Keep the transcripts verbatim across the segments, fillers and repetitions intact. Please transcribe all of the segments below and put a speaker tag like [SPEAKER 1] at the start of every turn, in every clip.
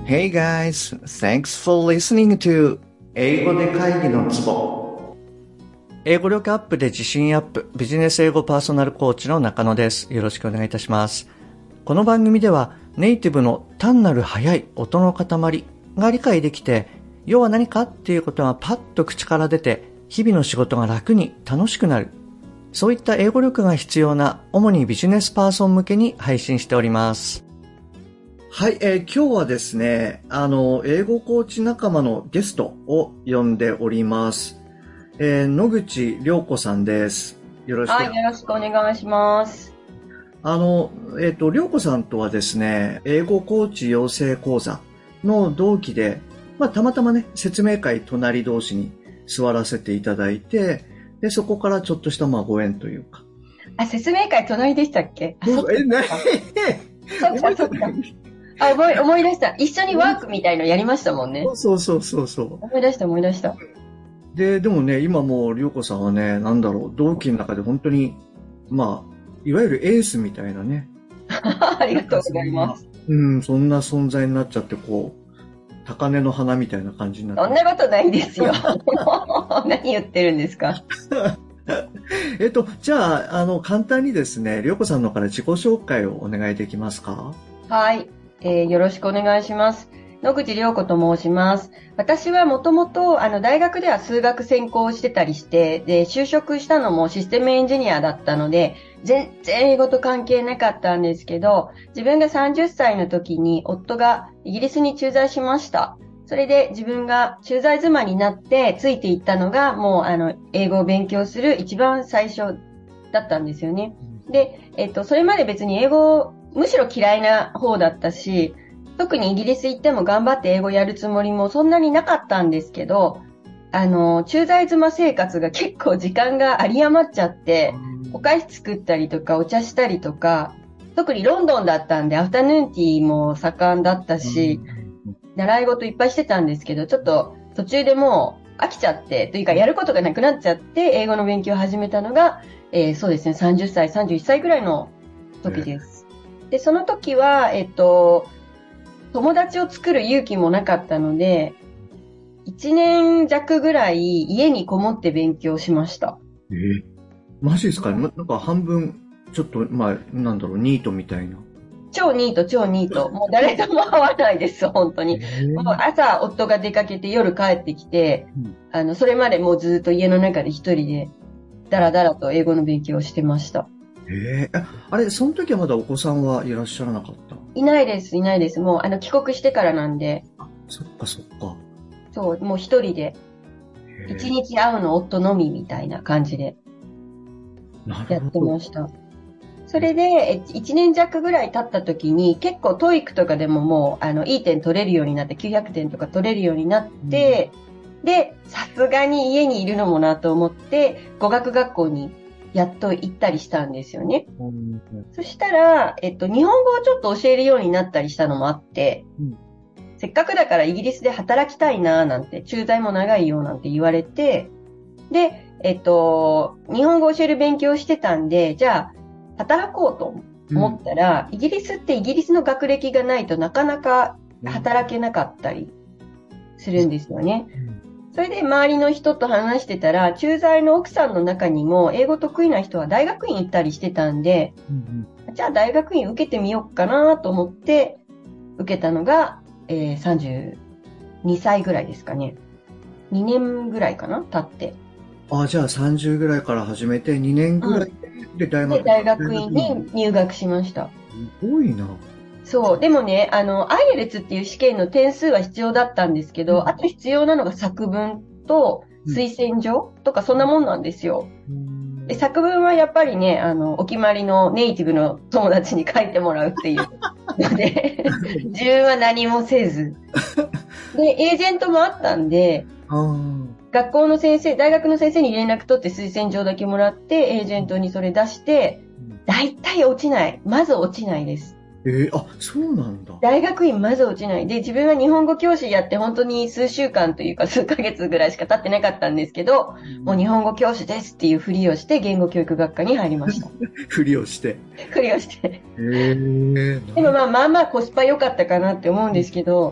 [SPEAKER 1] Hey guys, thanks for listening to 英語で会議のツボ。英語力アップで自信アップ、ビジネス英語パーソナルコーチの中野です。よろしくお願いいたします。この番組ではネイティブの単なる速い音の塊が理解できて、要は何かっていうことがパッと口から出て、日々の仕事が楽に楽しくなる。そういった英語力が必要な主にビジネスパーソン向けに配信しております。はい、えー、今日はですね、あの、英語コーチ仲間のゲストを呼んでおります。えー、野口涼子さんです。よろしく。
[SPEAKER 2] はい、よろしくお願いします。
[SPEAKER 1] あの、えっと、涼子さんとはですね、英語コーチ養成講座の同期で、まあ、たまたまね、説明会隣同士に座らせていただいて、で、そこからちょっとしたまあご縁というか。
[SPEAKER 2] あ、説明会隣でしたっけ？
[SPEAKER 1] え、なに
[SPEAKER 2] そうか、そうか。あ、思い、思い出した。一緒にワークみたいのやりましたもんね。
[SPEAKER 1] そうそうそうそう。
[SPEAKER 2] 思い出した、思い出した。
[SPEAKER 1] で、でもね、今もう、りょうこさんはね、なんだろう、同期の中で本当に、まあ、いわゆるエースみたいなね。
[SPEAKER 2] ありがとうございます。
[SPEAKER 1] うん、そんな存在になっちゃって、こう、高根の花みたいな感じになって。
[SPEAKER 2] そんなことないんですよ。何言ってるんですか。
[SPEAKER 1] えっと、じゃあ、あの、簡単にですね、りょうこさんのから自己紹介をお願いできますか？
[SPEAKER 2] はい。えー、よろしくお願いします。野口涼子と申します。私はもともと、あの、大学では数学専攻してたりして、で、就職したのもシステムエンジニアだったので、全然英語と関係なかったんですけど、自分がさんじゅっさいの時に夫がイギリスに駐在しました。それで自分が駐在妻になってついていったのが、もう、あの、英語を勉強する一番最初だったんですよね。で、えっと、それまで別に英語むしろ嫌いな方だったし、特にイギリス行っても頑張って英語やるつもりもそんなになかったんですけど、あの、駐在妻生活が結構時間が有り余っちゃって、お菓子作ったりとかお茶したりとか、特にロンドンだったんでアフタヌーンティーも盛んだったし、習い事いっぱいしてたんですけど、ちょっと途中でもう飽きちゃって、というかやることがなくなっちゃって、英語の勉強を始めたのが、えー、そうですね、さんじゅっさい、さんじゅういっさいぐらいの時です。で、その時は、えっと、友達を作る勇気もなかったので、一年弱ぐらい家にこもって勉強しました。
[SPEAKER 1] えー、マジですか？なんか半分、ちょっと、まあ、なんだろう、ニートみたいな。
[SPEAKER 2] 超ニート、超ニート。もう誰とも会わないです、本当に。もう朝、夫が出かけて夜帰ってきて、うん、あの、それまでもうずっと家の中で一人で、だらだらと英語の勉強をしてました。
[SPEAKER 1] ええー、あれ、その時はまだお子さんはいらっしゃらなかった？
[SPEAKER 2] いないです、いないです。もう、あの、帰国してからなんで。
[SPEAKER 1] あ、そっかそっか。
[SPEAKER 2] そう、もう一人で、一日会うの夫のみみたいな感じで、やってました。それで、一年弱ぐらい経った時に、結構トイックとかでももう、あの、いい点取れるようになって、きゅうひゃくてんとか取れるようになって、うん、で、さすがに家にいるのもなと思って、語学学校にやっと行ったりしたんですよね。うん、そしたら、えっと、日本語をちょっと教えるようになったりしたのもあって、うん、せっかくだからイギリスで働きたいななんて、駐在も長いよなんて言われて、で、えっと、日本語を教える勉強をしてたんで、じゃあ、働こうと思ったら、うん、イギリスってイギリスの学歴がないとなかなか働けなかったりするんですよね。うん、それで周りの人と話してたら、駐在の奥さんの中にも英語得意な人は大学院行ったりしてたんで、うんうん、じゃあ大学院受けてみようかなと思って受けたのが、えー、さんじゅうにさいぐらいですかね。にねんぐらいかな経って。
[SPEAKER 1] あ、じゃあさんじゅうぐらいから始めてにねんぐらいで大学、
[SPEAKER 2] うん、で大学院に入学しました。
[SPEAKER 1] すごいな。
[SPEAKER 2] そう。でもね、あの、アイエルツ っていう試験の点数は必要だったんですけど、うん、あと必要なのが作文と推薦状とかそんなもんなんですよ。うん、で、作文はやっぱりね、あの、お決まりのネイティブの友達に書いてもらうっていうので、自分は何もせず。で、エージェントもあったんで、学校の先生、大学の先生に連絡取って推薦状だけもらって、エージェントにそれ出して、大体落ちない。まず落ちないです。
[SPEAKER 1] えー、あ、そうなんだ。
[SPEAKER 2] 大学院まず落ちない。で、自分は日本語教師やって本当に数週間というか数ヶ月ぐらいしか経ってなかったんですけど、うん、もう日本語教師ですっていうふりをして言語教育学科に入りました。
[SPEAKER 1] ふりをして。
[SPEAKER 2] ふりをして。
[SPEAKER 1] へー。
[SPEAKER 2] でもまあまあまあコスパ良かったかなって思うんですけど、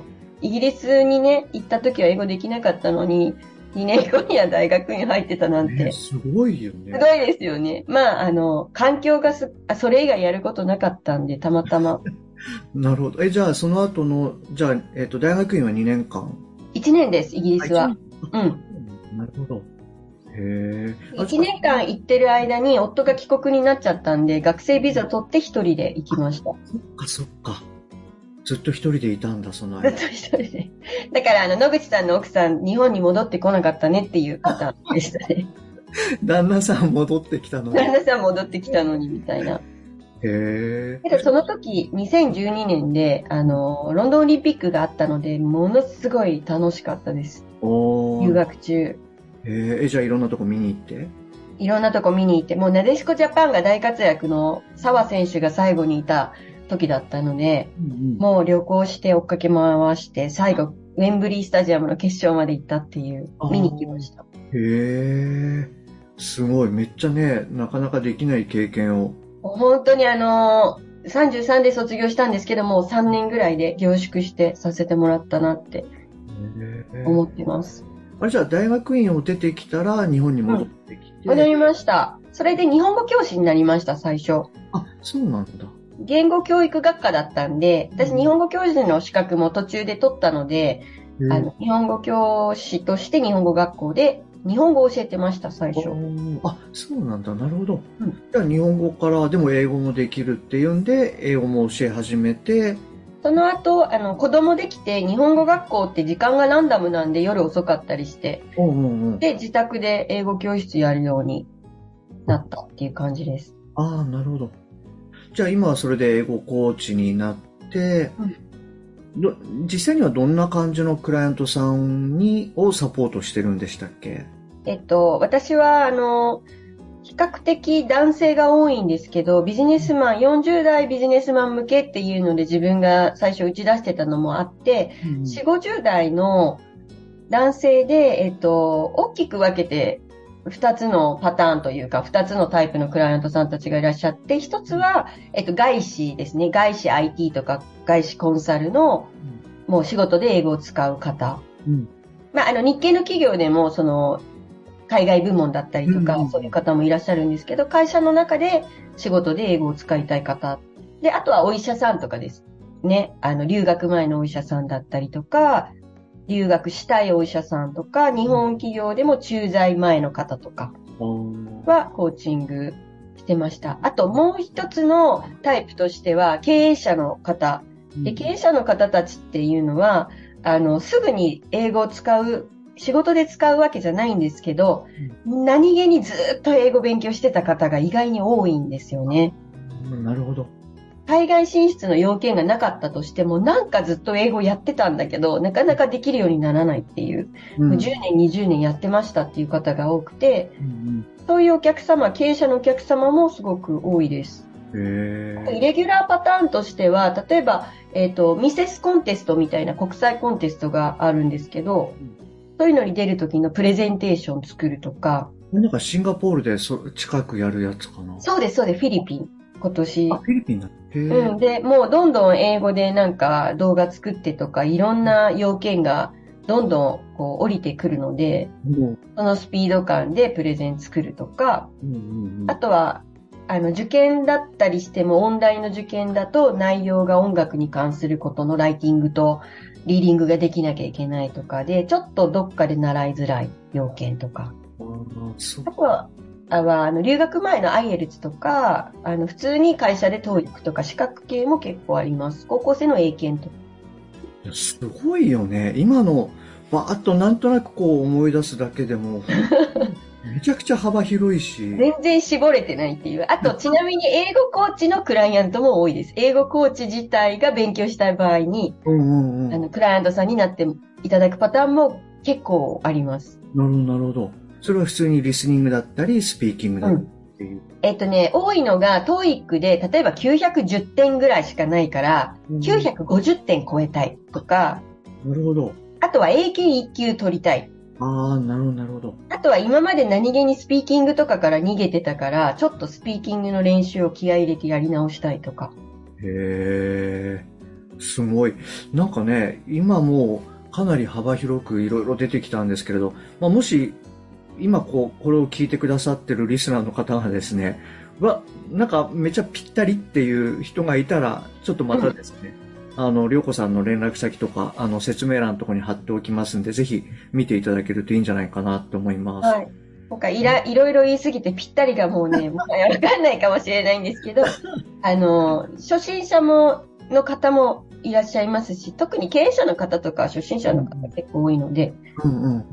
[SPEAKER 2] イギリスにね、行った時は英語できなかったのに、にねんごには大学に入ってたなんて。
[SPEAKER 1] ね、すごいよね。
[SPEAKER 2] すごいですよね。まあ、あの、環境がす、それ以外やることなかったんで、たまたま。
[SPEAKER 1] なるほど。え、じゃあ、その後の、じゃあ、えっと、大学院はにねんかん？
[SPEAKER 2] いちねんです、イギリスは。うん。
[SPEAKER 1] なるほど。へえ。
[SPEAKER 2] いちねんかん行ってる間に夫が帰国になっちゃったんで、学生ビザ取って一人で行きました。
[SPEAKER 1] そっかそっか。ずっと一人でいたんだ、その
[SPEAKER 2] ず
[SPEAKER 1] 間。
[SPEAKER 2] っと一人で。だから、あの、野口さんの奥さん、日本に戻ってこなかったねっていう方でしたね。
[SPEAKER 1] 旦那さん戻ってきたのに。
[SPEAKER 2] 旦那さん戻ってきたのに、みたいな。
[SPEAKER 1] へえ。
[SPEAKER 2] けど、その時、にせんじゅうにねんで、あの、ロンドンオリンピックがあったので、ものすごい楽しかったです。
[SPEAKER 1] おー。
[SPEAKER 2] 留学中。
[SPEAKER 1] へえ、じゃあいろんなとこ見に行って？
[SPEAKER 2] いろんなとこ見に行って、もうなでしこジャパンが大活躍の澤選手が最後にいた時だったので、うんうん、もう旅行して追っかけ回して、最後、ウェンブリースタジアムの決勝まで行ったっていう、見に行きました。
[SPEAKER 1] へえ、すごい。めっちゃね、なかなかできない経験を。
[SPEAKER 2] 本当にあの、さんじゅうさんで卒業したんですけども、さんねんぐらいで凝縮してさせてもらったなって思ってます。
[SPEAKER 1] あれじゃあ大学院を出てきたら日本に戻ってきて、うん、
[SPEAKER 2] 戻りました。それで日本語教師になりました、最初。
[SPEAKER 1] あ、そうなんだ。
[SPEAKER 2] 言語教育学科だったんで、私日本語教師の資格も途中で取ったので、うん、あの日本語教師として日本語学校で日本語を教えてました、最初。
[SPEAKER 1] あ、そうなんだ。なるほど。うん、じゃあ日本語からでも英語もできるっていうんで、英語も教え始めて、
[SPEAKER 2] その後、あの、子供できて、日本語学校って時間がランダムなんで夜遅かったりして、うんうんうん、で、自宅で英語教室やるようになったっていう感じです。
[SPEAKER 1] ああ、なるほど。じゃあ今はそれで英語コーチになって、うん、ど実際にはどんな感じのクライアントさんにをサポートしてるんでしたっけ？
[SPEAKER 2] えっと、私は、あの、比較的男性が多いんですけど、ビジネスマン、よんじゅう代ビジネスマン向けっていうので自分が最初打ち出してたのもあって、うん、よんじゅう、ごじゅう代の男性で、えっと、大きく分けてふたつのパターンというか、ふたつのタイプのクライアントさんたちがいらっしゃって、ひとつは、えっと、外資ですね。外資 アイティー とか外資コンサルの、もう仕事で英語を使う方。うん、まあ、あの、日系の企業でも、その、海外部門だったりとか、うんうん、そういう方もいらっしゃるんですけど、会社の中で仕事で英語を使いたい方。で、あとはお医者さんとかですね。あの、留学前のお医者さんだったりとか、留学したいお医者さんとか、日本企業でも駐在前の方とかはコーチングしてました。あともう一つのタイプとしては、経営者の方。で、経営者の方たちっていうのは、あの、すぐに英語を使う、仕事で使うわけじゃないんですけど、うん、何気にずっと英語勉強してた方が意外に多いんですよね。
[SPEAKER 1] なるほど。
[SPEAKER 2] 海外進出の要件がなかったとしても、なんかずっと英語やってたんだけど、なかなかできるようにならないっていう、うん、もうじゅうねん、にじゅうねんやってましたっていう方が多くて、うんうん、そういうお客様、経営者のお客様もすごく多いです。
[SPEAKER 1] へー。
[SPEAKER 2] イレギュラーパターンとしては、例えば、えっと、ミセスコンテストみたいな国際コンテストがあるんですけど、うん、そういうのに出るときのプレゼンテーション作るとか。
[SPEAKER 1] なんかシンガポールでそ近くやるやつかな。
[SPEAKER 2] そうです、そうです、フィリピン。今年。
[SPEAKER 1] あ、フィリピンだ。へ
[SPEAKER 2] ー。うん。で、もうどんどん英語でなんか動画作ってとか、いろんな要件がどんどんこう降りてくるので、うん、そのスピード感でプレゼン作るとか、うんうんうん、あとは、あの、受験だったりしても、音大の受験だと内容が音楽に関することのライティングとリーディングができなきゃいけないとかで、ちょっとどっかで習いづらい要件とか。あとは、は、あの、留学前の アイエルツ とか、あの、普通に会社で トーイック とか資格系も結構あります。高校生の英検とか。
[SPEAKER 1] いや、すごいよね。今の、まあ、あとなんとなくこう思い出すだけでも、めちゃくちゃ幅広いし。
[SPEAKER 2] 全然絞れてないっていう。あと、ちなみに英語コーチのクライアントも多いです。英語コーチ自体が勉強したい場合に、うんうんうん、あの、クライアントさんになっていただくパターンも結構あります。
[SPEAKER 1] なるほど、なるほど。それは普通にリスニングだったり、スピーキングだったりっていう。うん、
[SPEAKER 2] えっとね、多いのが、トーイック で、例えばきゅうひゃくじゅってんぐらいしかないから、うん、きゅうひゃくごじゅってん超えたいとか、
[SPEAKER 1] なるほど。
[SPEAKER 2] あとは英検いっ級取りたい。
[SPEAKER 1] ああ、なるほど、なるほど。
[SPEAKER 2] あとは今まで何気にスピーキングとかから逃げてたから、ちょっとスピーキングの練習を気合い入れてやり直したいとか。
[SPEAKER 1] へえ、 すごい。なんかね、今もうかなり幅広くいろいろ出てきたんですけれど、まあ、もし今こう、これを聞いてくださってるリスナーの方がですね、わ、なんかめちゃぴったりっていう人がいたら、ちょっとまたですね、うん、あの、りょうこさんの連絡先とか、あの、説明欄のところに貼っておきますんで、ぜひ見ていただけるといいんじゃないかなと思います。
[SPEAKER 2] はい。なんかいら、いろいろ言いすぎてぴったりがもうね、もはやわかんないかもしれないんですけど、あの、初心者も、の方もいらっしゃいますし、特に経営者の方とか初心者の方結構多いので、
[SPEAKER 1] うんうんうん、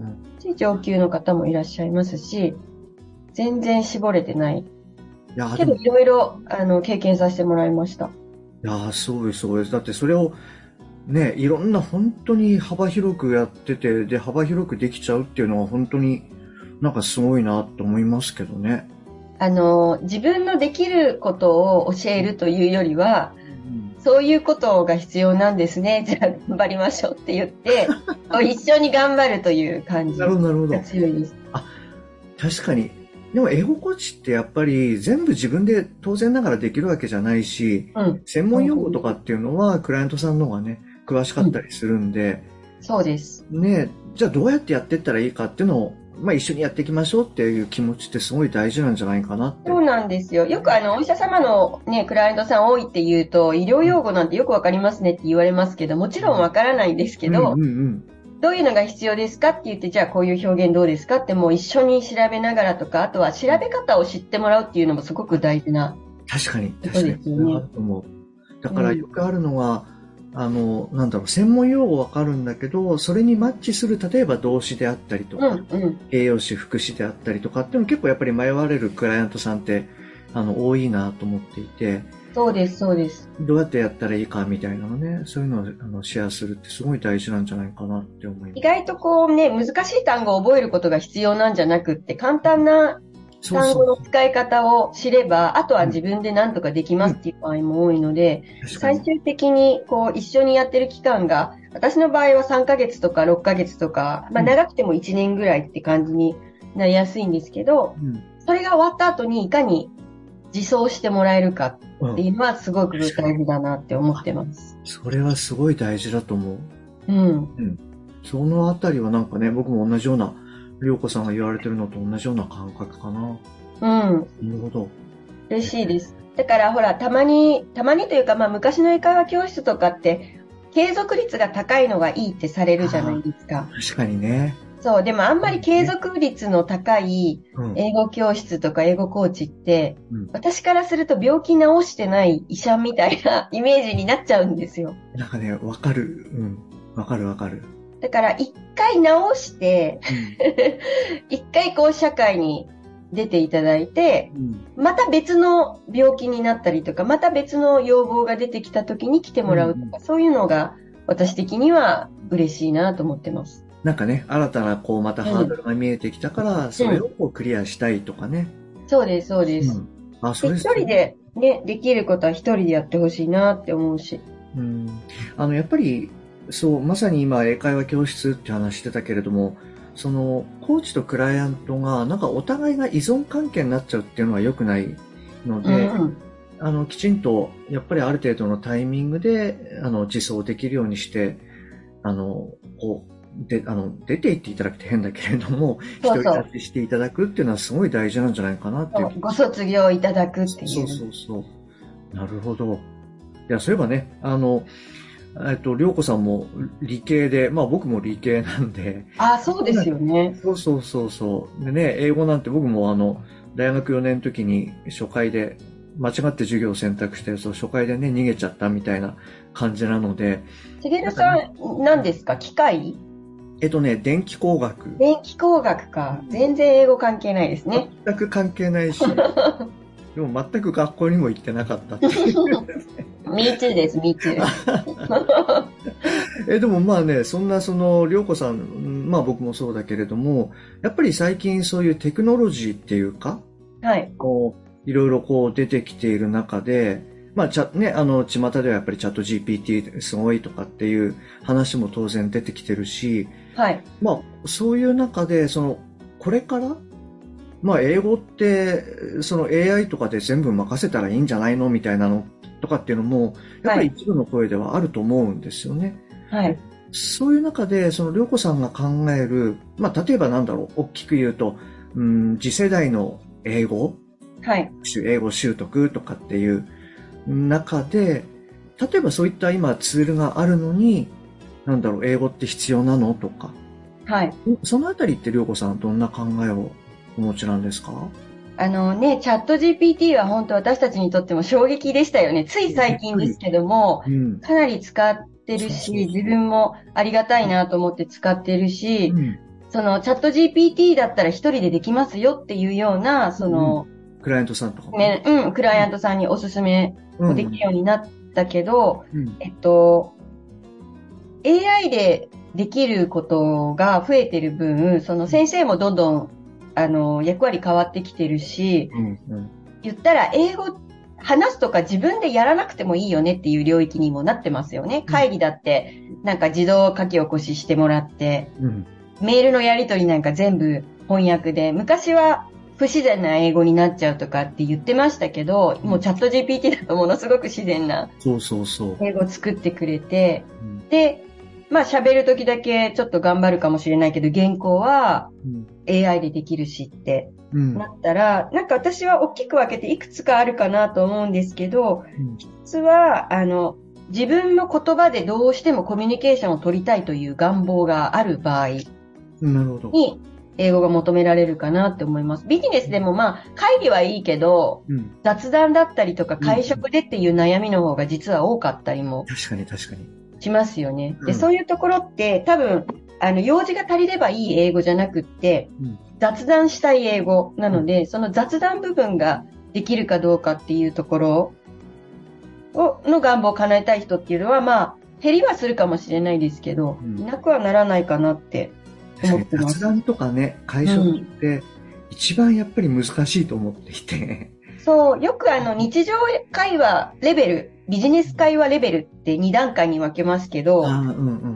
[SPEAKER 2] 上級の方もいらっしゃいますし、全然絞れてない。いやけどいろいろ、あの、経験させてもらいました。い
[SPEAKER 1] やー、そうです、そうです。だってそれを、ね、いろんな本当に幅広くやってて、で、幅広くできちゃうっていうのは本当になんかすごいなと思いますけどね。
[SPEAKER 2] あの、自分のできることを教えるというよりは、うん、そういうことが必要なんですね。じゃあ頑張りましょうって言って、一緒に頑張るという感じが強いです。
[SPEAKER 1] あ、確かに。でも英語コーチってやっぱり全部自分で当然ながらできるわけじゃないし、うん、専門用語とかっていうのはクライアントさんの方がね、詳しかったりするんで、
[SPEAKER 2] うん、そうです。
[SPEAKER 1] ね、じゃあどうやってやっていったらいいかっていうのを、まあ一緒にやっていきましょうっていう気持ちってすごい大事なんじゃないかなって。
[SPEAKER 2] そうなんですよ。よくあの、お医者様のね、クライアントさん多いって言うと、医療用語なんてよくわかりますねって言われますけど、もちろんわからないんですけど、うんうんうん、どういうのが必要ですかって言って、じゃあこういう表現どうですかってもう一緒に調べながらとか、あとは調べ方を知ってもらうっていうのもすごく大事な。
[SPEAKER 1] 確かに、確かに。そうですよね。だからよくあるのは、うん、あの、なんだろう、専門用語わかるんだけど、それにマッチする、例えば動詞であったりとか、うんうん、形容詞、副詞であったりとかっていうの結構やっぱり迷われるクライアントさんって、あの、多いなと思っていて、
[SPEAKER 2] そうです、そうです。
[SPEAKER 1] どうやってやったらいいかみたいなのね、そういうのをあのシェアするってすごい大事なんじゃないかなって思います。
[SPEAKER 2] 意外とこうね、難しい単語を覚えることが必要なんじゃなくって、簡単な単語の使い方を知れば、あとは自分で何とかできますっていう場合も多いので、うん、最終的にこう一緒にやってる期間が、私の場合はさんかげつとかろっかげつとか、まあ長くてもいちねんぐらいって感じになりやすいんですけど、うん、それが終わった後にいかに自走してもらえるかっていうのはすごく大事だなって思ってます。
[SPEAKER 1] それはすごい大事だと思う。
[SPEAKER 2] うん。うん。
[SPEAKER 1] そのあたりはなんかね、僕も同じような、りょうこさんが言われてるのと同じような感覚かな。
[SPEAKER 2] うん。な
[SPEAKER 1] るほど。
[SPEAKER 2] 嬉しいです。だからほら、たまに、たまにというか、まあ昔の英会話教室とかって、継続率が高いのがいいってされるじゃないですか。
[SPEAKER 1] 確かにね。
[SPEAKER 2] そう、でもあんまり継続率の高い英語教室とか英語コーチって、うん、私からすると病気治してない医者みたいなイメージになっちゃうんですよ。
[SPEAKER 1] なんかね、わかる。うん。わかるわかる。
[SPEAKER 2] だから一回治して、一、うん、回こう社会に出ていただいて、うん、また別の病気になったりとか、また別の要望が出てきた時に来てもらうとか、うん、そういうのが私的には嬉しいなと思ってます。
[SPEAKER 1] なんかね、新たなこうまたハードルが見えてきたから、うん、それをこうクリアしたいとかね。
[SPEAKER 2] そうです、そうです。うん、あ、そうです。一人でね、できることは一人でやってほしいなって思うし。
[SPEAKER 1] うん。あの、やっぱり、そう、まさに今、英会話教室って話してたけれども、その、コーチとクライアントが、なんかお互いが依存関係になっちゃうっていうのは良くないので、うん、あの、きちんと、やっぱりある程度のタイミングで、あの、自走できるようにして、あの、こう、で、あの、出て行っていただくって変だけれども、一人立ちしていただくっていうのはすごい大事なんじゃないかなっていう。
[SPEAKER 2] ご卒業いただくっていう。
[SPEAKER 1] そうそうそう。なるほど。いや、そういえばね、あの、えっと、りょうこさんも理系で、まあ僕も理系なんで。
[SPEAKER 2] あ、そうですよね。
[SPEAKER 1] そうそうそうそう。でね、英語なんて僕もあの、大学よねんの時に初回で、間違って授業を選択して、そう、初回でね、逃げちゃったみたいな感じなので。
[SPEAKER 2] しげるさん、何ですか？機械？
[SPEAKER 1] えっとね、電気工学。
[SPEAKER 2] 電気工学か。全然英語関係ないですね。
[SPEAKER 1] 全く関係ないし。でも全く学校にも行ってなかったっていう。
[SPEAKER 2] Me too です、Me too。
[SPEAKER 1] え、でもまあね、そんなその、りょうこさん、まあ僕もそうだけれども、やっぱり最近そういうテクノロジーっていうか、
[SPEAKER 2] はい。
[SPEAKER 1] こう、いろいろこう出てきている中で、まあ、チャね、あの、巷ではやっぱりチャット ジーピーティー すごいとかっていう話も当然出てきてるし、
[SPEAKER 2] はい。
[SPEAKER 1] まあ、そういう中で、その、これから、まあ、英語って、その エーアイ とかで全部任せたらいいんじゃないのみたいなのっとかっていうのも、やっぱり一部の声ではあると思うんですよね。
[SPEAKER 2] はい。
[SPEAKER 1] そういう中で、その涼子さんが考える、まあ、例えばなんだろう、大きく言うと、うん、次世代の英語、
[SPEAKER 2] はい。
[SPEAKER 1] 英語習得とかっていう中で、例えばそういった今ツールがあるのに、なんだろう、英語って必要なのとか。
[SPEAKER 2] はい。
[SPEAKER 1] そのあたりって涼子さんはどんな考えをお持ちなんですか？
[SPEAKER 2] あのね、チャット ジーピーティー は本当私たちにとっても衝撃でしたよね。つい最近ですけども、
[SPEAKER 1] うん、
[SPEAKER 2] かなり使ってるし、自分もありがたいなと思って使ってるし、うん、そのチャット ジーピーティー だったら一人でできますよっていうような、その、
[SPEAKER 1] うん、クライアントさんとか
[SPEAKER 2] ね、うん、クライアントさんにおすすめをできるようになったけど、うん、えっと、エーアイ でできることが増えてる分、その先生もどんどんあの、役割変わってきてるし、うんうん、言ったら英語話すとか自分でやらなくてもいいよねっていう領域にもなってますよね。会議だってなんか自動書き起こししてもらって、うん、メールのやり取りなんか全部翻訳で、昔は不自然な英語になっちゃうとかって言ってましたけど、もうチャット ジーピーティー だとものすごく自然な英語を作ってくれて、うん、で、まあ喋るときだけちょっと頑張るかもしれないけど、原稿は エーアイ でできるしってなったら、うん、なんか私は大きく分けていくつかあるかなと思うんですけど、一、うん、つは、あの、自分の言葉でどうしてもコミュニケーションを取りたいという願望がある場合に、英語が求められるかなって思います。ビジネスでもまあ、会議はいいけど、うん、雑談だったりとか会食でっていう悩みの方が実は多かったりも。
[SPEAKER 1] 確かに確かに。
[SPEAKER 2] しますよね。で、うん、そういうところって多分、あの、用事が足りればいい英語じゃなくって、うん、雑談したい英語なので、うん、その雑談部分ができるかどうかっていうところを、の願望を叶えたい人っていうのは、まあ、減りはするかもしれないですけど、うん、いなくはならないかなって思ってます。
[SPEAKER 1] 雑談とかね、会食って一番やっぱり難しいと思っていて。
[SPEAKER 2] そう、よくあの、日常会話レベル、ビジネス会話レベルってに段階に分けますけど、うんうん、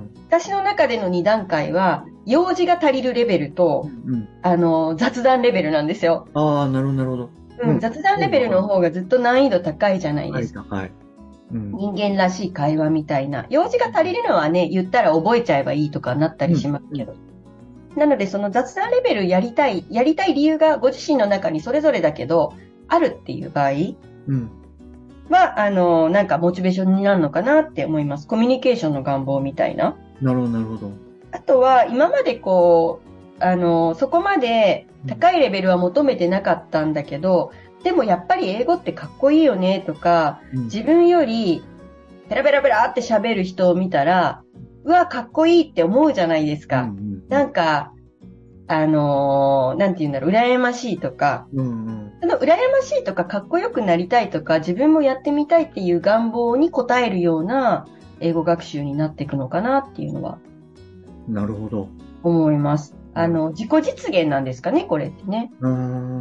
[SPEAKER 2] 私の中でのに段階は、用事が足りるレベルと、うんうん、あの、雑談レベルなんですよ。
[SPEAKER 1] ああ、なるほど、なるほど。
[SPEAKER 2] うん、雑談レベルの方がずっと難易度高いじゃないですか。
[SPEAKER 1] 高い、
[SPEAKER 2] うん、人間らしい会話みたいな。用事が足りるのはね、言ったら覚えちゃえばいいとかなったりしますけど。うんうん、なので、その雑談レベルやりたい、やりたい理由がご自身の中にそれぞれだけど、あるっていう場合、うんは、あの、なんかモチベーションになるのかなって思います。コミュニケーションの願望みたいな。
[SPEAKER 1] なるほど、なるほど。
[SPEAKER 2] あとは、今までこう、あの、そこまで高いレベルは求めてなかったんだけど、うん、でもやっぱり英語ってかっこいいよねとか、うん、自分よりペラペラペラって喋る人を見たら、うわ、かっこいいって思うじゃないですか。うんうんうん、なんか、あのー、なんて言うんだろう、羨ましいとか、うんうん、その羨ましいとかかっこよくなりたいとか、自分もやってみたいっていう願望に応えるような英語学習になっていくのかなっていうのは。
[SPEAKER 1] なるほど。
[SPEAKER 2] 思います。あの、自己実現なんですかね、これってね。
[SPEAKER 1] うん、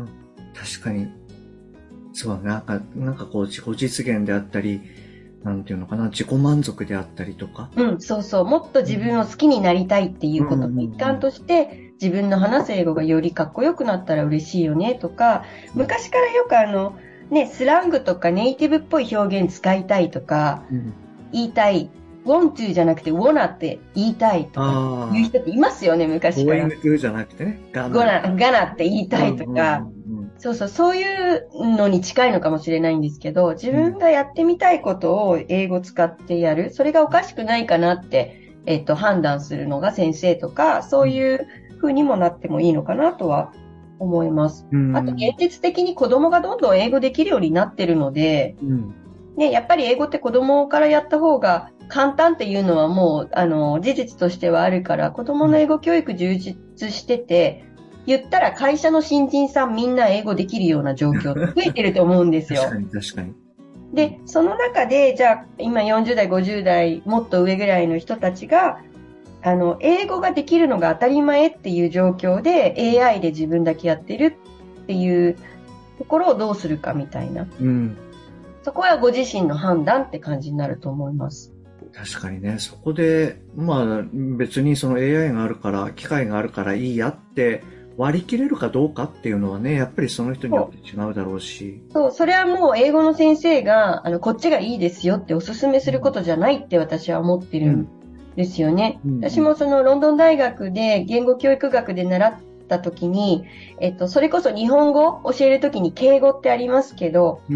[SPEAKER 1] 確かに。そう、なんか、なんかこう、自己実現であったり、なんていうのかな、自己満足であったりとか。
[SPEAKER 2] うん、そうそう。もっと自分を好きになりたいっていうことの一環として、うんうんうん、自分の話す英語がよりかっこよくなったら嬉しいよねとか、昔からよくあの、ね、スラングとかネイティブっぽい表現使いたいとか、うん、言いたい。want to じゃなくて wanna って言いたいとか言う人っていますよね、昔から。
[SPEAKER 1] going to じゃなくてね、
[SPEAKER 2] gonna, gonna って言いたいとか、うんうんうん、そうそう、そういうのに近いのかもしれないんですけど、自分がやってみたいことを英語使ってやる、それがおかしくないかなって、えっと、判断するのが先生とか、そういう風にもなってもいいのかなとは思います。うん、あと、現実的に子供がどんどん英語できるようになってるので、うんね、やっぱり英語って子供からやった方が簡単っていうのはもう、あの、事実としてはあるから、子供の英語教育充実してて、言ったら会社の新人さんみんな英語できるような状況増えてると思うんですよ。
[SPEAKER 1] 確かに確かに。
[SPEAKER 2] で、その中で、じゃあ、今よんじゅう代、ごじゅう代、もっと上ぐらいの人たちが、あの、英語ができるのが当たり前っていう状況で、エーアイ で自分だけやってるっていうところをどうするかみたいな。うん。そこはご自身の判断って感じになると思います。
[SPEAKER 1] 確かにね、そこで、まあ別にその エーアイ があるから、機械があるからいいやって割り切れるかどうかっていうのはね、やっぱりその人によって違うだろうし。
[SPEAKER 2] そう、それはもう英語の先生が、あの、こっちがいいですよってお勧めすることじゃないって私は思ってるんですよね。
[SPEAKER 1] うんうん、
[SPEAKER 2] 私もそのロンドン大学で言語教育学で習った時に、えっと、それこそ日本語を教える時に敬語ってありますけど、
[SPEAKER 1] うんうん、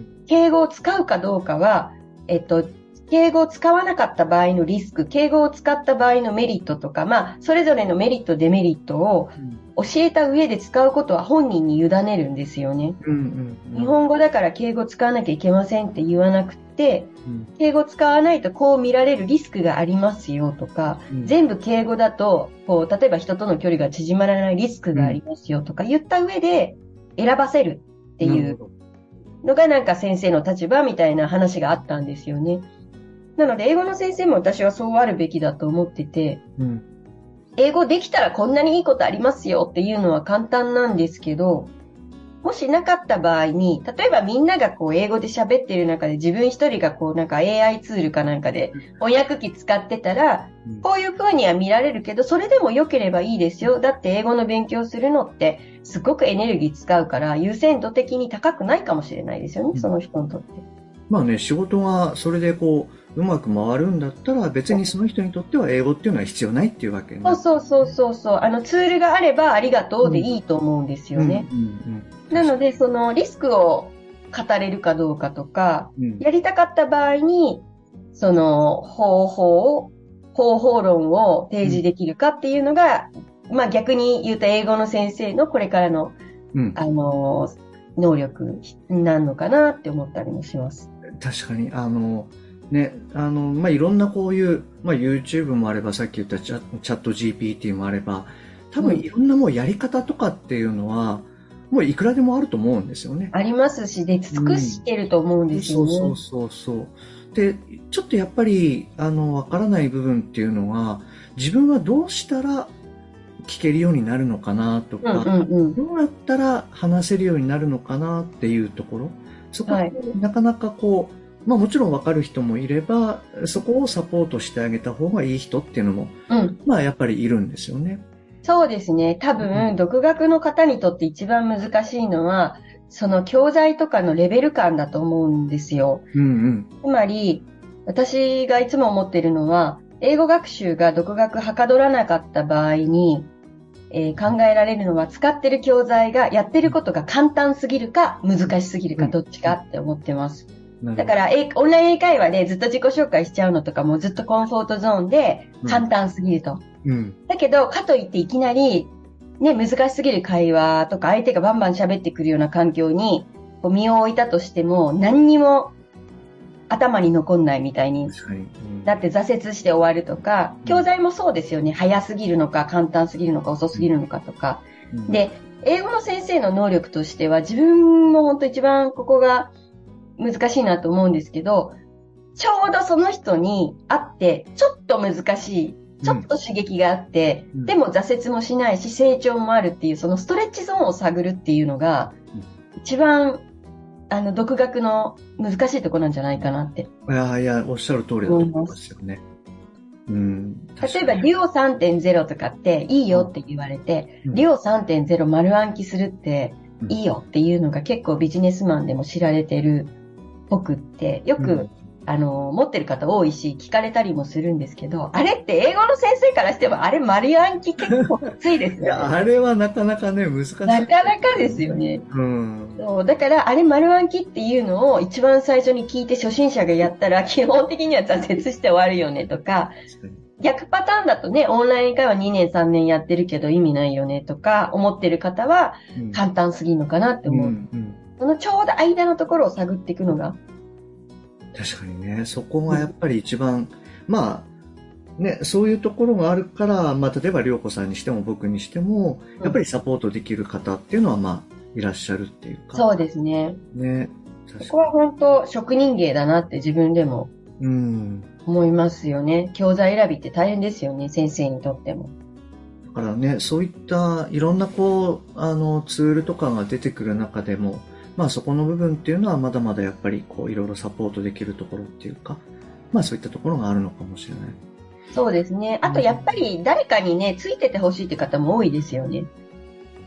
[SPEAKER 2] 敬語を使うかどうかは、えっと、敬語を使わなかった場合のリスク、敬語を使った場合のメリットとか、まあ、それぞれのメリット、デメリットを教えた上で使うことは本人に委ねるんですよね。
[SPEAKER 1] うんうんうん、
[SPEAKER 2] 日本語だから敬語使わなきゃいけませんって言わなくて、うん、敬語使わないとこう見られるリスクがありますよとか、うん、全部敬語だと、こう、例えば人との距離が縮まらないリスクがありますよとか言った上で選ばせるっていうのがなんか先生の立場みたいな話があったんですよね。なので、英語の先生も私はそうあるべきだと思ってて、うん、英語できたらこんなにいいことありますよっていうのは簡単なんですけど、もしなかった場合に、例えばみんながこう英語で喋ってる中で自分一人がこうなんか エーアイ ツールかなんかで翻訳機使ってたら、こういう風には見られるけど、それでも良ければいいですよ。だって英語の勉強するのってすごくエネルギー使うから優先度的に高くないかもしれないですよね、その人にとって。
[SPEAKER 1] まあね、仕事がそれでこう、うまく回るんだったら別にその人にとっては英語っていうのは必要ないっていうわけね。
[SPEAKER 2] そうそうそうそうそう。あのツールがあればありがとうでいいと思うんですよね。うんうんうんうん、なので、そのリスクを語れるかどうかとか、うん、やりたかった場合に、その方法を、方法論を提示できるかっていうのが、うん、まあ逆に言うと英語の先生のこれからの、うん、あの、能力になるのかなって思ったりもします。
[SPEAKER 1] 確かに、あの、ね、あの、まあ、いろんなこういう、まあ、YouTube もあれば、さっき言ったチャ、チャット ジーピーティー もあれば、多分いろんなもうやり方とかっていうのは、うん、もういくらでもあると思うんですよね。
[SPEAKER 2] ありますし、で、尽くしてると思うんですよね。
[SPEAKER 1] うん、そうそうそうそう。で、ちょっとやっぱり、あの、わからない部分っていうのは、自分はどうしたら聞けるようになるのかなとか、うんうんうん、どうやったら話せるようになるのかなっていうところ、そこ、はい、なかなかこう、まあもちろん分かる人もいれば、そこをサポートしてあげた方がいい人っていうのも、うん、まあやっぱりいるんですよね。
[SPEAKER 2] そうですね。多分、うん、独学の方にとって一番難しいのは、その教材とかのレベル感だと思うんですよ。うんうん、つまり、私がいつも思っているのは、英語学習が独学はかどらなかった場合に、えー、考えられるのは使ってる教材がやってることが簡単すぎるか難しすぎるかどっちかって思ってます。だから、オンライン英会話でずっと自己紹介しちゃうのとかもずっとコンフォートゾーンで簡単すぎると。うん、だけど、かといっていきなり、ね、難しすぎる会話とか相手がバンバン喋ってくるような環境にこう身を置いたとしても何にも頭に残んないみたいに、うん、だって挫折して終わるとか、教材もそうですよね。早すぎるのか簡単すぎるのか遅すぎるのかとか。うん、で、英語の先生の能力としては自分も本当一番ここが難しいなと思うんですけど、ちょうどその人に会って、ちょっと難しい、ちょっと刺激があって、うん、でも挫折もしないし、成長もあるっていう、そのストレッチゾーンを探るっていうのが、一番、あの、独学の難しいところなんじゃないかなって。
[SPEAKER 1] いやいや、おっしゃる通りだと思いますよね。うん、
[SPEAKER 2] 例えば、デュオ さんてんゼロ とかっていいよって言われて、うん、デュオ さんてんゼロ 丸暗記するっていいよっていうのが結構ビジネスマンでも知られてるぽくって、よく、うん、あの、持ってる方多いし、聞かれたりもするんですけど、あれって英語の先生からしても、あれ丸暗記結構きついですよね。いや、
[SPEAKER 1] あれはなかなかね、難しい。
[SPEAKER 2] なかなかですよね。うん。そう、だから、あれ丸暗記っていうのを一番最初に聞いて初心者がやったら、基本的には挫折して終わるよねとか、逆パターンだとね、オンライン会話にねんさんねんやってるけど意味ないよねとか、思ってる方は簡単すぎるのかなって思う。うんうんうん、そのちょうど間のところを探っていくのが、
[SPEAKER 1] 確かにね、そこがやっぱり一番、うん、まあ、ね、そういうところがあるから、まあ、例えば涼子さんにしても僕にしても、やっぱりサポートできる方っていうのは、まあ、いらっしゃるっていうか。
[SPEAKER 2] そうですね。
[SPEAKER 1] ね。
[SPEAKER 2] そこは本当、職人芸だなって自分でも思いますよね。うん、教材選びって大変ですよね、先生にとっても。
[SPEAKER 1] だからね、そういったいろんなこう、あの、ツールとかが出てくる中でも、まあそこの部分っていうのはまだまだやっぱりこういろいろサポートできるところっていうか、まあそういったところがあるのかもしれない。
[SPEAKER 2] そうですね。あとやっぱり誰かにね、ついててほしいって方も多いですよね。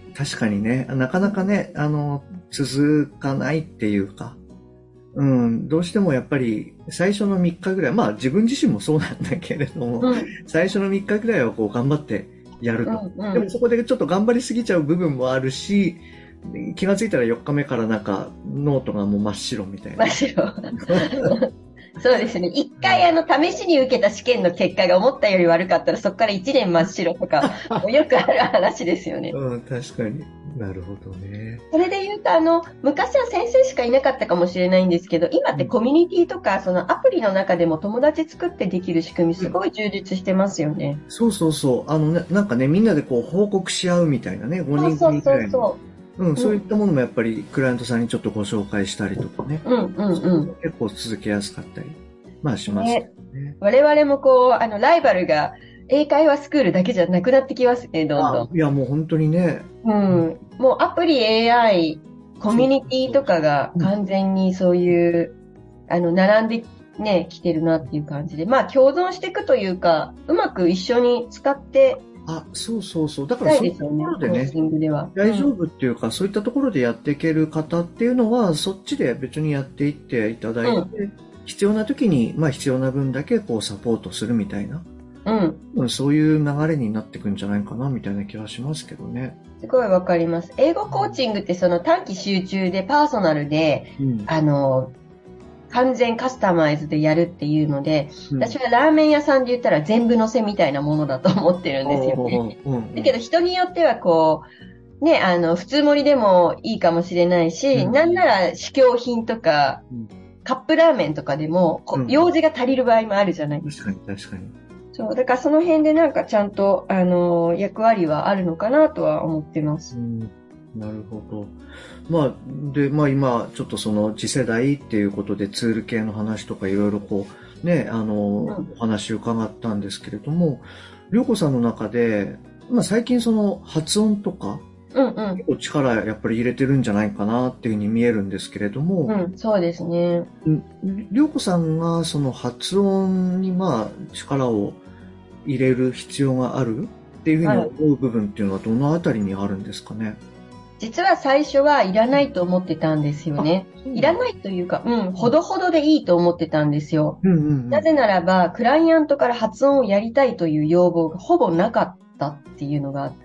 [SPEAKER 1] 確かにね、なかなかね、あの、続かないっていうか、うん、どうしてもやっぱり最初のみっかぐらい、まあ自分自身もそうなんだけれども、うん、最初のみっかぐらいはこう頑張ってやると、うんうん。でもそこでちょっと頑張りすぎちゃう部分もあるし、気がついたらよっかめからなんかノートがもう真っ白みたいな。
[SPEAKER 2] 真っ白。そうですね。一回あの試しに受けた試験の結果が思ったより悪かったらそこから一年真っ白とか、よくある話ですよね。
[SPEAKER 1] うん、確かに。なるほどね。
[SPEAKER 2] それで言うとあの、昔は先生しかいなかったかもしれないんですけど、今ってコミュニティとか、そのアプリの中でも友達作ってできる仕組みすごい充実してますよね。
[SPEAKER 1] うん、そうそうそう。あのね、なんかね、みんなでこう報告し合うみたいなね、ごにん組くらいの。そうそうそう。うん、そういったものもやっぱりクライアントさんにちょっとご紹介したりとかね。
[SPEAKER 2] うんうんうん。
[SPEAKER 1] 結構続けやすかったり、まあしますね。
[SPEAKER 2] ね、我々もこう、あの、ライバルが英会話スクールだけじゃなくなってきますね、どんどん。
[SPEAKER 1] いや、もう本当にね。
[SPEAKER 2] うん。もうアプリ エーアイ、コミュニティとかが完全にそういう、あの、並んでね、来てるなっていう感じで。まあ、共存していくというか、うまく一緒に使って、
[SPEAKER 1] あ、そうそうそう。だからそういうところでね、大丈夫っていうか、うん、そういったところでやっていける方っていうのは、そっちで別にやっていっていただいて、うん、必要な時に、まあ必要な分だけこうサポートするみたいな、うん、そういう流れになっていくんじゃないかなみたいな気はしますけどね。
[SPEAKER 2] すごいわかります。英語コーチングってその短期集中でパーソナルで、うん、あの、完全カスタマイズでやるっていうので、うん、私はラーメン屋さんで言ったら全部乗せみたいなものだと思ってるんですよね。うんうん、だけど人によってはこう、ね、あの、普通盛りでもいいかもしれないし、うん、なんなら試供品とか、うん、カップラーメンとかでも、こう用事が足りる場合もあるじゃないですか。
[SPEAKER 1] 確かに確かに。
[SPEAKER 2] そう、だからその辺でなんかちゃんと、あの、役割はあるのかなとは思ってます。
[SPEAKER 1] うんなるほど。まあ、で、まあ今、ちょっとその次世代っていうことでツール系の話とかいろいろこう、ね、あの、うん、お話伺ったんですけれども、りょうこさんの中で、まあ最近その発音とか、うんうん、結構力やっぱり入れてるんじゃないかなっていうふうに見えるんですけれども、
[SPEAKER 2] うん、そうですね。
[SPEAKER 1] りょうこさんがその発音にまあ力を入れる必要があるっていうふうに思う部分っていうのはどのあたりにあるんですかね。はい、
[SPEAKER 2] 実は最初はいらないと思ってたんですよね。いらないというか、うん、ほどほどでいいと思ってたんですよ。うんうんうん、なぜならば、クライアントから発音をやりたいという要望がほぼなかったっていうのがあって。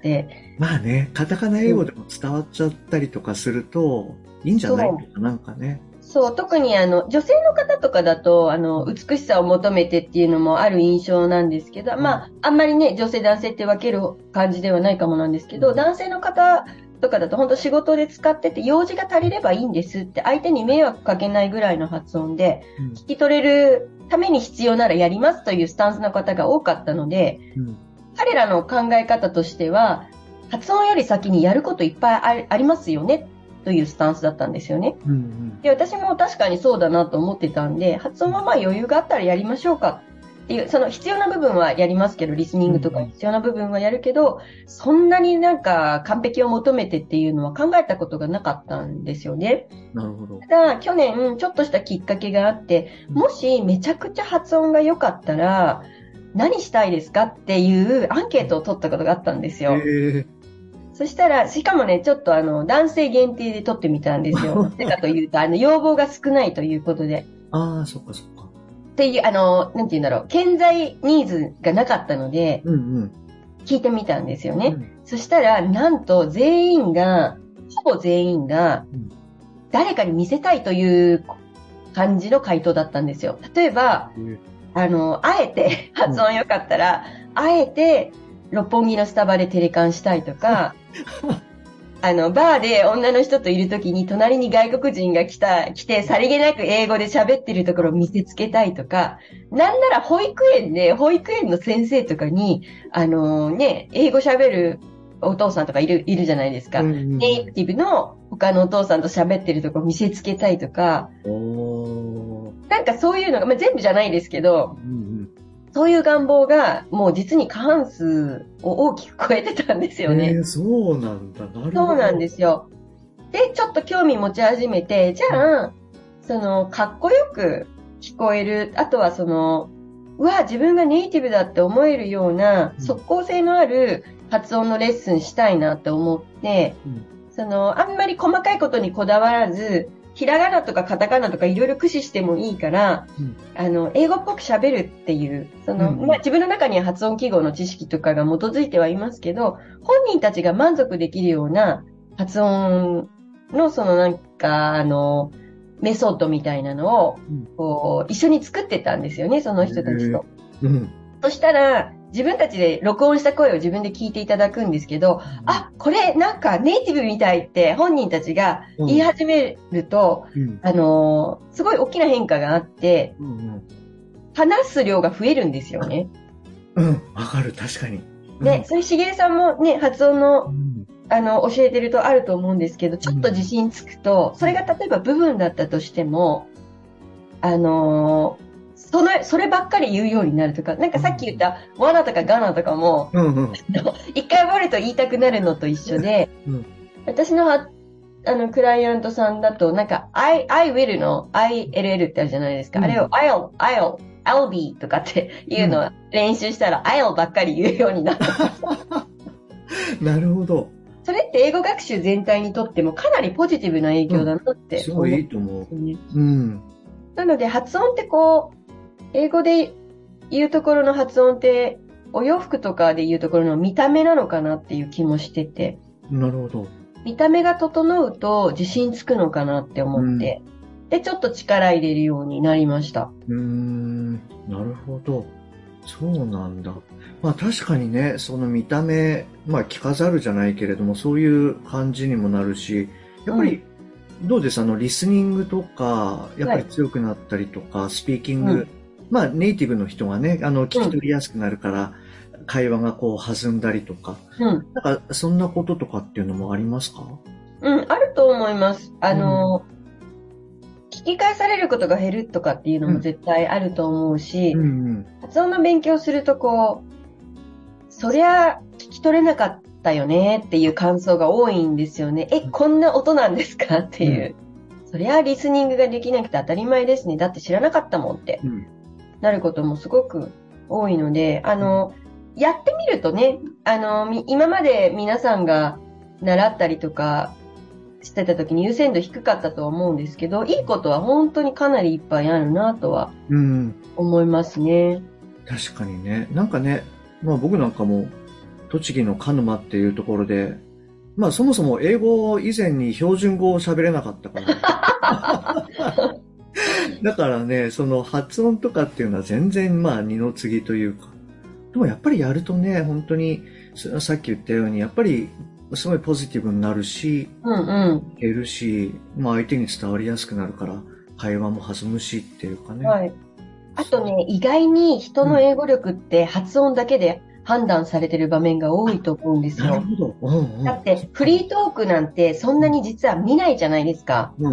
[SPEAKER 1] まあね、カタカナ英語でも伝わっちゃったりとかすると、いいんじゃないとかなんかね。
[SPEAKER 2] そう、特にあの、女性の方とかだと、あの、美しさを求めてっていうのもある印象なんですけど、うん、まあ、あんまりね、女性男性って分ける感じではないかもなんですけど、うん、男性の方、とかだと本当仕事で使ってて用事が足りればいいんですって相手に迷惑かけないぐらいの発音で、うん、聞き取れるために必要ならやりますというスタンスの方が多かったので、うん、彼らの考え方としては発音より先にやることいっぱいありますよねというスタンスだったんですよね、うんうん、で私も確かにそうだなと思ってたんで発音はまあ余裕があったらやりましょうかっていう、その必要な部分はやりますけど、リスニングとか必要な部分はやるけど、そんなになんか完璧を求めてっていうのは考えたことがなかったんですよね。
[SPEAKER 1] なるほど。
[SPEAKER 2] ただ、去年ちょっとしたきっかけがあって、もしめちゃくちゃ発音が良かったら、何したいですかっていうアンケートを取ったことがあったんですよ。へー。そしたら、しかもね、ちょっとあの、男性限定で取ってみたんですよ。なぜかというと、あの、要望が少ないということで。
[SPEAKER 1] ああ、そっかそっか。
[SPEAKER 2] っていう、あの、なんて言うんだろう、顕在ニーズがなかったので、うんうん、聞いてみたんですよね。うん、そしたら、なんと全員が、ほぼ全員が、誰かに見せたいという感じの回答だったんですよ。例えば、うん、あの、あえて発音良かったら、うん、あえて六本木のスタバでテレカンしたいとか、あの、バーで女の人といるときに隣に外国人が来た、来てさりげなく英語で喋ってるところを見せつけたいとか、なんなら保育園で、保育園の先生とかに、あのー、ね、英語喋るお父さんとかいる、いるじゃないですか。うんうん、ネイティブの他のお父さんと喋ってるところを見せつけたいとか、なんかそういうのが、まあ、全部じゃないですけど、うんうん、そういう願望がもう実に過半数を大きく超えてたんですよね。
[SPEAKER 1] えー、そうなんだ。なるほど。
[SPEAKER 2] そうなんですよ。で、ちょっと興味持ち始めて、じゃあ、その、かっこよく聞こえる、あとはその、うわ、自分がネイティブだって思えるような、即効性のある発音のレッスンしたいなって思って、うん、その、あんまり細かいことにこだわらず、ひらがなとかカタカナとかいろいろ駆使してもいいから、うん、あの、英語っぽく喋るっていう、その、うん、まあ、自分の中には発音記号の知識とかが基づいてはいますけど、本人たちが満足できるような発音のそのなんか、あの、メソッドみたいなのを、こう、一緒に作ってたんですよね、その人たちと。うん、そしたら、自分たちで録音した声を自分で聞いていただくんですけど、うん、あ、これなんかネイティブみたいって本人たちが言い始めると、うん、あのー、すごい大きな変化があって、うんうん、話す量が増えるんですよね。
[SPEAKER 1] うん、わかる、確かに。
[SPEAKER 2] うん、で、それしげるさんもね、発音の、うん、あの、教えてるとあると思うんですけど、ちょっと自信つくと、それが例えば部分だったとしても、あのー、その、そればっかり言うようになるとか、なんかさっき言った、うん、ワナとかガナとかも、うんうん、一回覚えると言いたくなるのと一緒で、うん、私のは、あの、クライアントさんだと、なんか、I, I will の アイエルエル ってあるじゃないですか。うん、あれを I'll, I'll, I'll be とかっていうのを練習したら、うん、I'll ばっかり言うようになった。
[SPEAKER 1] なるほど。
[SPEAKER 2] それって英語学習全体にとってもかなりポジティブな影響だなって、
[SPEAKER 1] うん。すごいいいと思う。うん。
[SPEAKER 2] なので、発音ってこう、英語で言うところの発音って、お洋服とかで言うところの見た目なのかなっていう気もしてて。
[SPEAKER 1] なるほど。
[SPEAKER 2] 見た目が整うと自信つくのかなって思って、うん、で、ちょっと力入れるようになりました。
[SPEAKER 1] うーん、なるほど。そうなんだ。まあ確かにね、その見た目、まあ着飾るじゃないけれども、そういう感じにもなるし、やっぱり、どうです、あの、リスニングとか、やっぱり強くなったりとか、はい、スピーキング、うん、まあ、ネイティブの人がね、あの、聞き取りやすくなるから、うん、会話がこう弾んだりとか、うん、なんか、そんなこととかっていうのもありますか？
[SPEAKER 2] うん、あると思います。あの、うん、聞き返されることが減るとかっていうのも絶対あると思うし、うんうん、発音の勉強するとこう、そりゃ聞き取れなかったよねっていう感想が多いんですよね。え、こんな音なんですかっていう。うん、そりゃリスニングができなくて当たり前ですね。だって知らなかったもんって。うんなることもすごく多いので、あの、やってみるとね、あの、今まで皆さんが習ったりとかしてた時に優先度低かったとは思うんですけど、いいことは本当にかなりいっぱいあるなとは思いますね。
[SPEAKER 1] うん、確かにね。なんかね、まあ僕なんかも栃木の鹿沼っていうところで、まあそもそも英語以前に標準語を喋れなかったから。だからね、その発音とかっていうのは全然まあ二の次というか。でもやっぱりやるとね、本当にさっき言ったように、やっぱりすごいポジティブになるし、うんうん、減るし、まあ相手に伝わりやすくなるから、会話も弾むしっていうかね。はい。
[SPEAKER 2] あとね、意外に人の英語力って発音だけで判断されてる場面が多いと思うんですよ。なるほど。うんうん、だってフリートークなんてそんなに実は見ないじゃないですか。うんうん、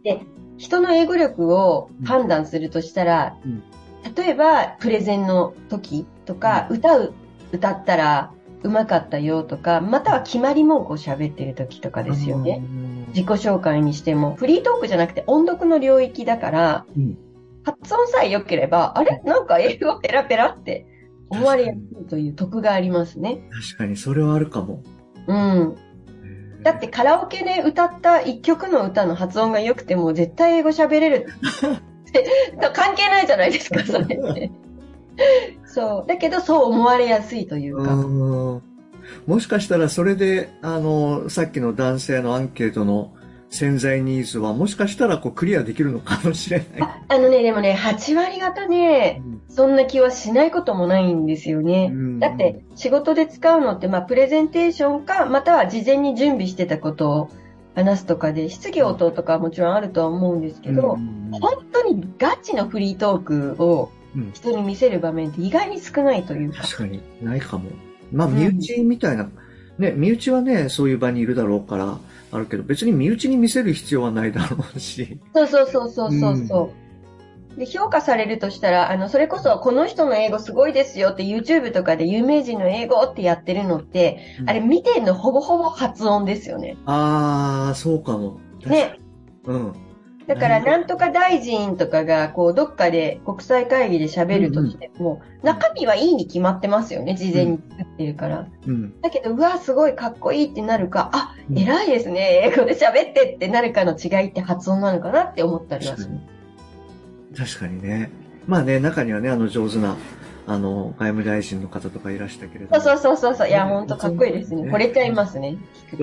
[SPEAKER 2] で人の英語力を判断するとしたら、うん、例えばプレゼンの時とか、うん、歌う、歌ったらうまかったよとか、または決まり文句を喋ってる時とかですよね。自己紹介にしても、フリートークじゃなくて音読の領域だから、うん、発音さえ良ければ、あれなんか英語ペラペラって思われやすいという得がありますね。
[SPEAKER 1] 確かにそれはあるかも。
[SPEAKER 2] うん。だってカラオケで歌った一曲の歌の発音が良くても絶対英語喋れるって関係ないじゃないですか、それって。そう。だけどそう思われやすいというか。
[SPEAKER 1] うんもしかしたらそれで、あの、さっきの男性のアンケートの潜在ニーズはもしかしたらこうクリアできるのかもしれない。
[SPEAKER 2] あ、あのね、でもね、はち割方ね、うん、そんな気はしないこともないんですよね。うん、だって仕事で使うのって、まあ、プレゼンテーションか、または事前に準備してたことを話すとかで、質疑応答とかはもちろんあるとは思うんですけど、うん、本当にガチのフリートークを人に見せる場面って意外に少ないというか。
[SPEAKER 1] 確かに、ないかも。まあ、身内みたいな、うん、ね、身内はね、そういう場にいるだろうから、あるけど、別に身内に見せる必要はないだろうし。
[SPEAKER 2] そうそうそうそうそうそう、うん。で、評価されるとしたら、あの、それこそ、この人の英語すごいですよって YouTube とかで有名人の英語ってやってるのって、うん、あれ見てるのほぼほぼ発音ですよね。
[SPEAKER 1] あー、そうかも。
[SPEAKER 2] ね。
[SPEAKER 1] うん。
[SPEAKER 2] だから、なんとか大臣とかが、こう、どっかで国際会議で喋るとしても、うんうん、中身はいいに決まってますよね、事前に作ってるから。うん、だけど、うわ、すごいかっこいいってなるか、あ、うん、偉いですね、英語で喋ってってなるかの違いって発音なのかなって思ったりはする。
[SPEAKER 1] 確かにね。まあね、中にはね、あの、上手な、あの、外務大臣の方とかいらしたけれども。
[SPEAKER 2] そうそうそうそう。いや、ほんとかっこいいですね。惚れちゃいますね。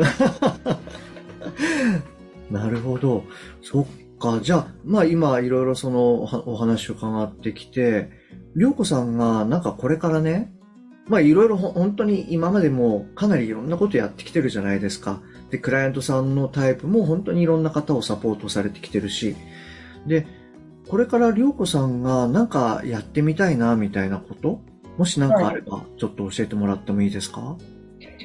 [SPEAKER 1] なるほど。そっか。じゃあ、まあ今いろいろそのお話を伺ってきて、りょうこさんがなんかこれからね、まあいろいろ本当に今までもかなりいろんなことやってきてるじゃないですか。で、クライアントさんのタイプも本当にいろんな方をサポートされてきてるし、で、これからりょうこさんがなんかやってみたいなみたいなこと、もしなんかあればちょっと教えてもらってもいいですか？はい、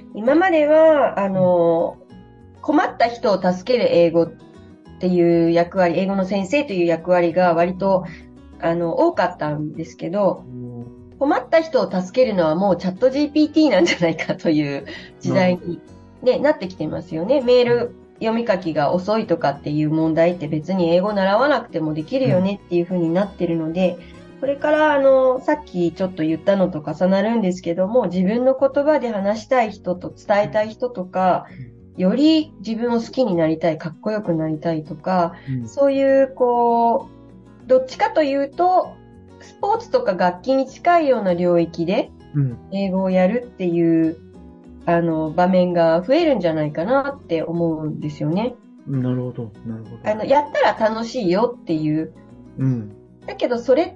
[SPEAKER 2] 今までは、あの、困った人を助ける英語っていう役割、英語の先生という役割が割と、あの、多かったんですけど、困った人を助けるのはもうチャット ジーピーティー なんじゃないかという時代に、ね、なってきてますよね。メール読み書きが遅いとかっていう問題って別に英語習わなくてもできるよねっていう風になってるので、これからあの、さっきちょっと言ったのと重なるんですけども、自分の言葉で話したい人と伝えたい人とか、より自分を好きになりたい、かっこよくなりたいとか、うん、そういう、こう、どっちかというと、スポーツとか楽器に近いような領域で、英語をやるっていう、うん、あの、場面が増えるんじゃないかなって思うんですよね。
[SPEAKER 1] なるほど、なるほど。
[SPEAKER 2] あの、やったら楽しいよっていう。うん。だけど、それって、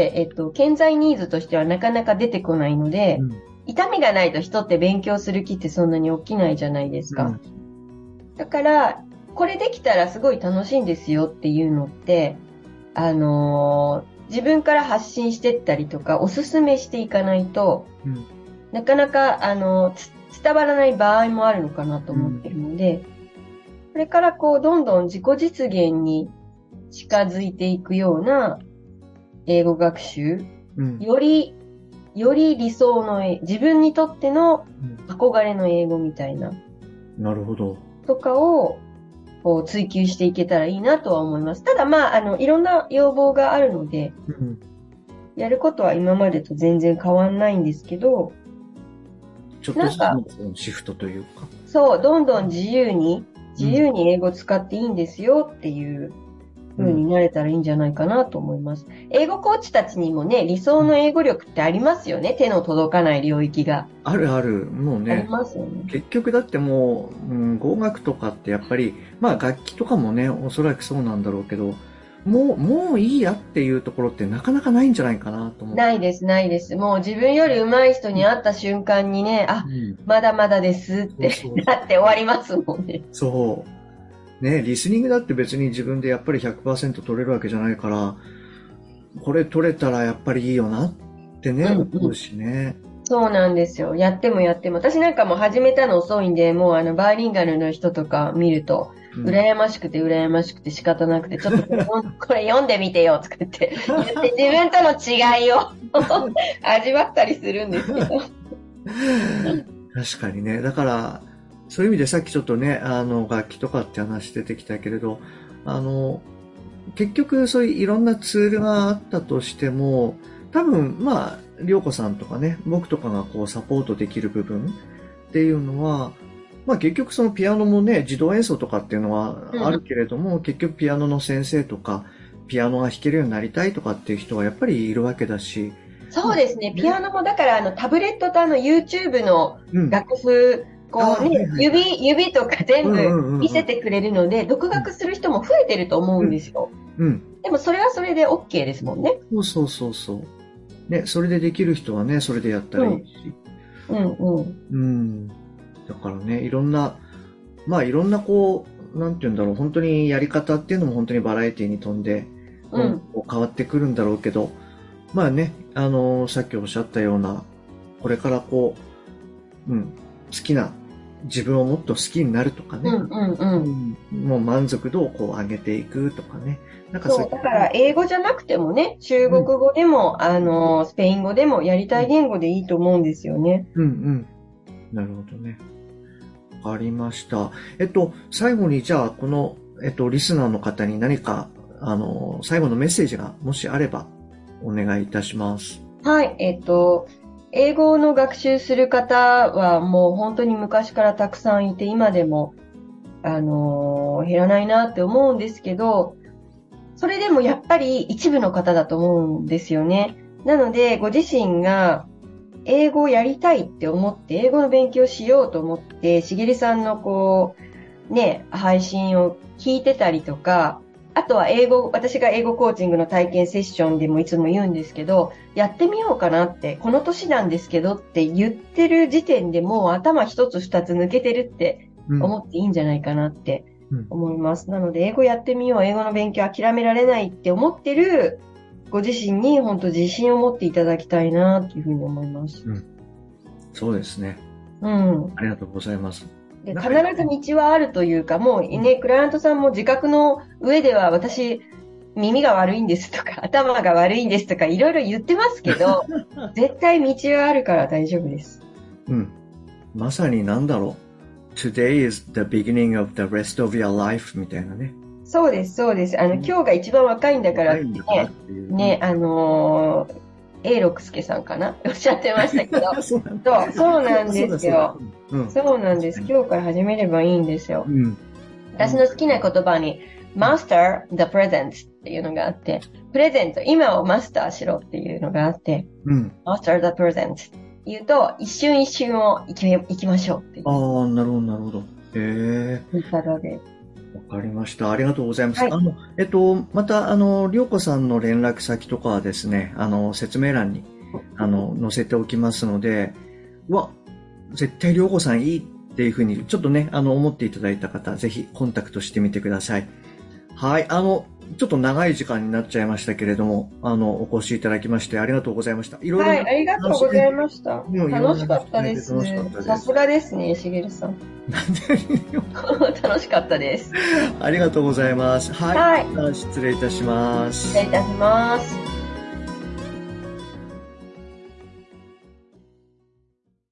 [SPEAKER 2] えっと、潜在ニーズとしてはなかなか出てこないので、うん、痛みがないと人って勉強する気ってそんなに起きないじゃないですか。うん、だから、これできたらすごい楽しいんですよっていうのって、あのー、自分から発信してったりとか、おすすめしていかないと、うん、なかなか、あのー、伝わらない場合もあるのかなと思ってるので、うん、これからこう、どんどん自己実現に近づいていくような英語学習、うん、より、より理想の、自分にとっての憧れの英語みたいな。
[SPEAKER 1] なるほど。
[SPEAKER 2] とかを、こう追求していけたらいいなとは思います。ただまあ、あの、いろんな要望があるので、うん、やることは今までと全然変わんないんですけど、
[SPEAKER 1] ちょっとずつのシフトというか。
[SPEAKER 2] そう、どんどん自由に、自由に英語使っていいんですよっていう風になれたらいいんじゃないかなと思います。うん、英語コーチたちにもね、理想の英語力ってありますよね。手の届かない領域が。
[SPEAKER 1] あるある。もうね。
[SPEAKER 2] ありますよね。
[SPEAKER 1] 結局だってもう、うん、語学とかってやっぱり、まあ楽器とかもね、おそらくそうなんだろうけど、もう、もういいやっていうところってなかなかないんじゃないかなと思う。
[SPEAKER 2] ないです、ないです。もう自分より上手い人に会った瞬間にね、あ、うん、まだまだですってなって終わりますもんね。
[SPEAKER 1] そう。ね、リスニングだって別に自分でやっぱり ひゃくパーセント 取れるわけじゃないから、これ取れたらやっぱりいいよなってね、うんうん、思うしね。
[SPEAKER 2] そうなんですよ。やってもやっても。私なんかも始めたの遅いんで、もうあの、バイリンガルの人とか見ると、羨ましくて羨ましくて仕方なくて、ちょっとこれ読んでみてよとか言って言って自分との違いを味わったりするんですけど。
[SPEAKER 1] 確かにね。だから、そういう意味でさっきちょっとね、あの、楽器とかって話出てきたけれど、あの、結局そういういろんなツールがあったとしても、多分、まあ、りょうこさんとかね、僕とかがこうサポートできる部分っていうのは、まあ結局そのピアノもね、自動演奏とかっていうのはあるけれども、うん、結局ピアノの先生とか、ピアノが弾けるようになりたいとかっていう人はやっぱりいるわけだし。
[SPEAKER 2] そうですね、ピアノもだからあのタブレットとあの YouTube の楽譜、うん、こうね、はいはい、指、指とか全部見せてくれるので、独学する人も増えてると思うんですよ。うんうん、でもそれはそれで OK ですもんね。
[SPEAKER 1] そうそうそうそう。ね、それでできる人はね、それでやったらいいし。うん、うん、うん。うん。だからね、いろんな、まあいろんなこう、なんて言うんだろう、本当にやり方っていうのも本当にバラエティに富んで、うん、変わってくるんだろうけど、まあね、あのー、さっきおっしゃったような、これからこう、うん、好きな、自分をもっと好きになるとかね、うんうんうんうん、もう満足度をこう上げていくとかね。
[SPEAKER 2] なんかそう、だから英語じゃなくてもね、中国語でも、うん、あの、スペイン語でもやりたい言語でいいと思うんですよね。
[SPEAKER 1] うんうん。なるほどね。わかりました。えっと、最後にじゃあ、この、えっと、リスナーの方に何か、 あの、最後のメッセージがもしあればお願いいたします。
[SPEAKER 2] はい、えっと、英語の学習する方はもう本当に昔からたくさんいて、今でも、あのー、減らないなって思うんですけど、それでもやっぱり一部の方だと思うんですよね。なので、ご自身が英語をやりたいって思って、英語の勉強しようと思って、しげりさんのこう、ね、配信を聞いてたりとか、あとは英語、私が英語コーチングの体験セッションでもいつも言うんですけど、やってみようかなって、この年なんですけどって言ってる時点でもう頭一つ二つ抜けてるって思っていいんじゃないかなって思います。うん、なので、英語やってみよう、英語の勉強諦められないって思ってるご自身に本当自信を持っていただきたいなというふうに思います。
[SPEAKER 1] うん、そうですね。
[SPEAKER 2] うん。
[SPEAKER 1] ありがとうございます。
[SPEAKER 2] で必ず道はあるというか、もうね、クライアントさんも自覚の上では私、耳が悪いんですとか、頭が悪いんですとか、いろいろ言ってますけど、絶対道はあるから大丈夫です。
[SPEAKER 1] うん。まさになんだろう。Today is the beginning of the rest of your life みたいなね。
[SPEAKER 2] そうです、そうです。あの、うん、今日が一番若いんだからってね、っていうね、あのー、永六輔さんかなおっしゃってましたけど。そう、そうなんですよ。そう、そうなんです。今日から始めればいいんですよ。うん、私の好きな言葉に、master the present っていうのがあって、プレゼント、今をマスターしろっていうのがあって、うん、master the present 言うと、一瞬一瞬を生き、生きましょうっていう。
[SPEAKER 1] ああ、なるほど、なるほど。へえ。
[SPEAKER 2] 言い方で。
[SPEAKER 1] わかりました。ありがとうございます。はい、あの、えっと、また、あの、りょうこさんの連絡先とかはですね、あの、説明欄に、あの、載せておきますので、うわ、絶対りょうこさんいいっていうふうに、ちょっとね、あの、思っていただいた方、ぜひコンタクトしてみてください。はい。あの、ちょっと長い時間になっちゃいましたけれども、あの、お越しいただきましてありがとうございました。いろいろ。
[SPEAKER 2] はい、ありがとうございました。楽しかったです。さすがですね、しげるさん。なんで楽しかったです。
[SPEAKER 1] ありがとうございます。はい。はい、失礼いたします。
[SPEAKER 2] 失礼いたします。